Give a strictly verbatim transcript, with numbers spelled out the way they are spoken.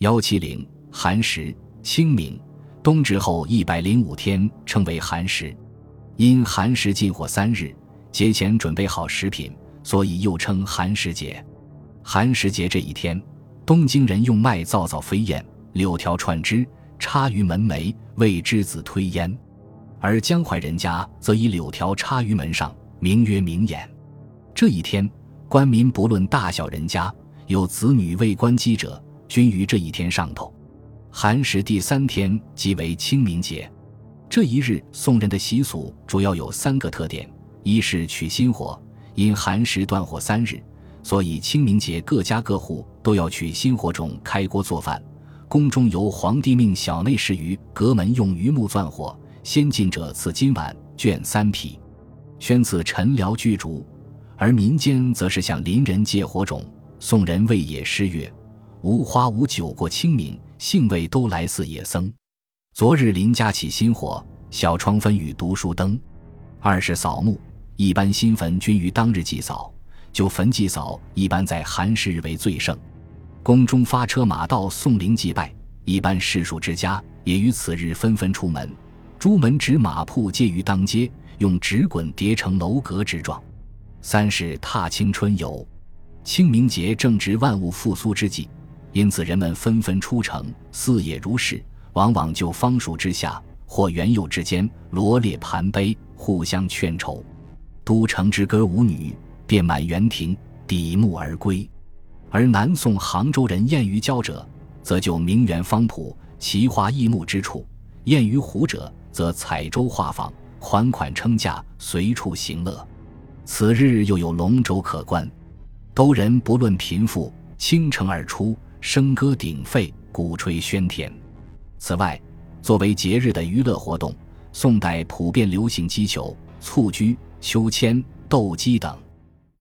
幺七零寒食，清明冬至后一百零五天称为寒食。因寒食禁火三日，节前准备好食品，所以又称寒食节。寒食节这一天，东京人用麦皂皂飞燕，柳条串枝，插于门楣，为之子推烟；而江淮人家则以柳条插于门上，名曰明眼。这一天，官民不论大小人家，有子女未关机者，均于这一天上头。寒食第三天即为清明节。这一日送人的习俗主要有三个特点：一是取新火，因寒食断火三日，所以清明节各家各户都要取新火种开锅做饭。宫中由皇帝命小内侍于阁门用榆木钻火，先进者赐金碗绢三匹，宣赐陈辽居竹；而民间则是向邻人借火种，送人为野诗乐，无花无酒过清明，兴味都来似野僧。昨日邻家起新火，小窗分与读书灯。二是扫墓，一般新坟均于当日祭扫，就坟祭扫一般在寒食日为最盛。宫中发车马到送灵祭拜，一般士庶之家也于此日纷纷出门，朱门纸马铺皆于当街，用纸滚叠成楼阁之状。三是踏青春游，清明节正值万物复苏之际，因此人们纷纷出城，四野如市，往往就芳树之下或园囿之间罗列盘杯，互相劝酬。都城之歌舞女，遍满园亭，抵暮而归。而南宋杭州人宴于郊者，则就名园芳圃，奇花异木之处；宴于湖者，则彩舟画舫，款款称价，随处行乐。此日又有龙舟可观，兜人不论贫富，倾城而出，笙歌鼎沸，鼓吹喧天。此外，作为节日的娱乐活动，宋代普遍流行击球、蹴鞠、秋千、斗鸡等。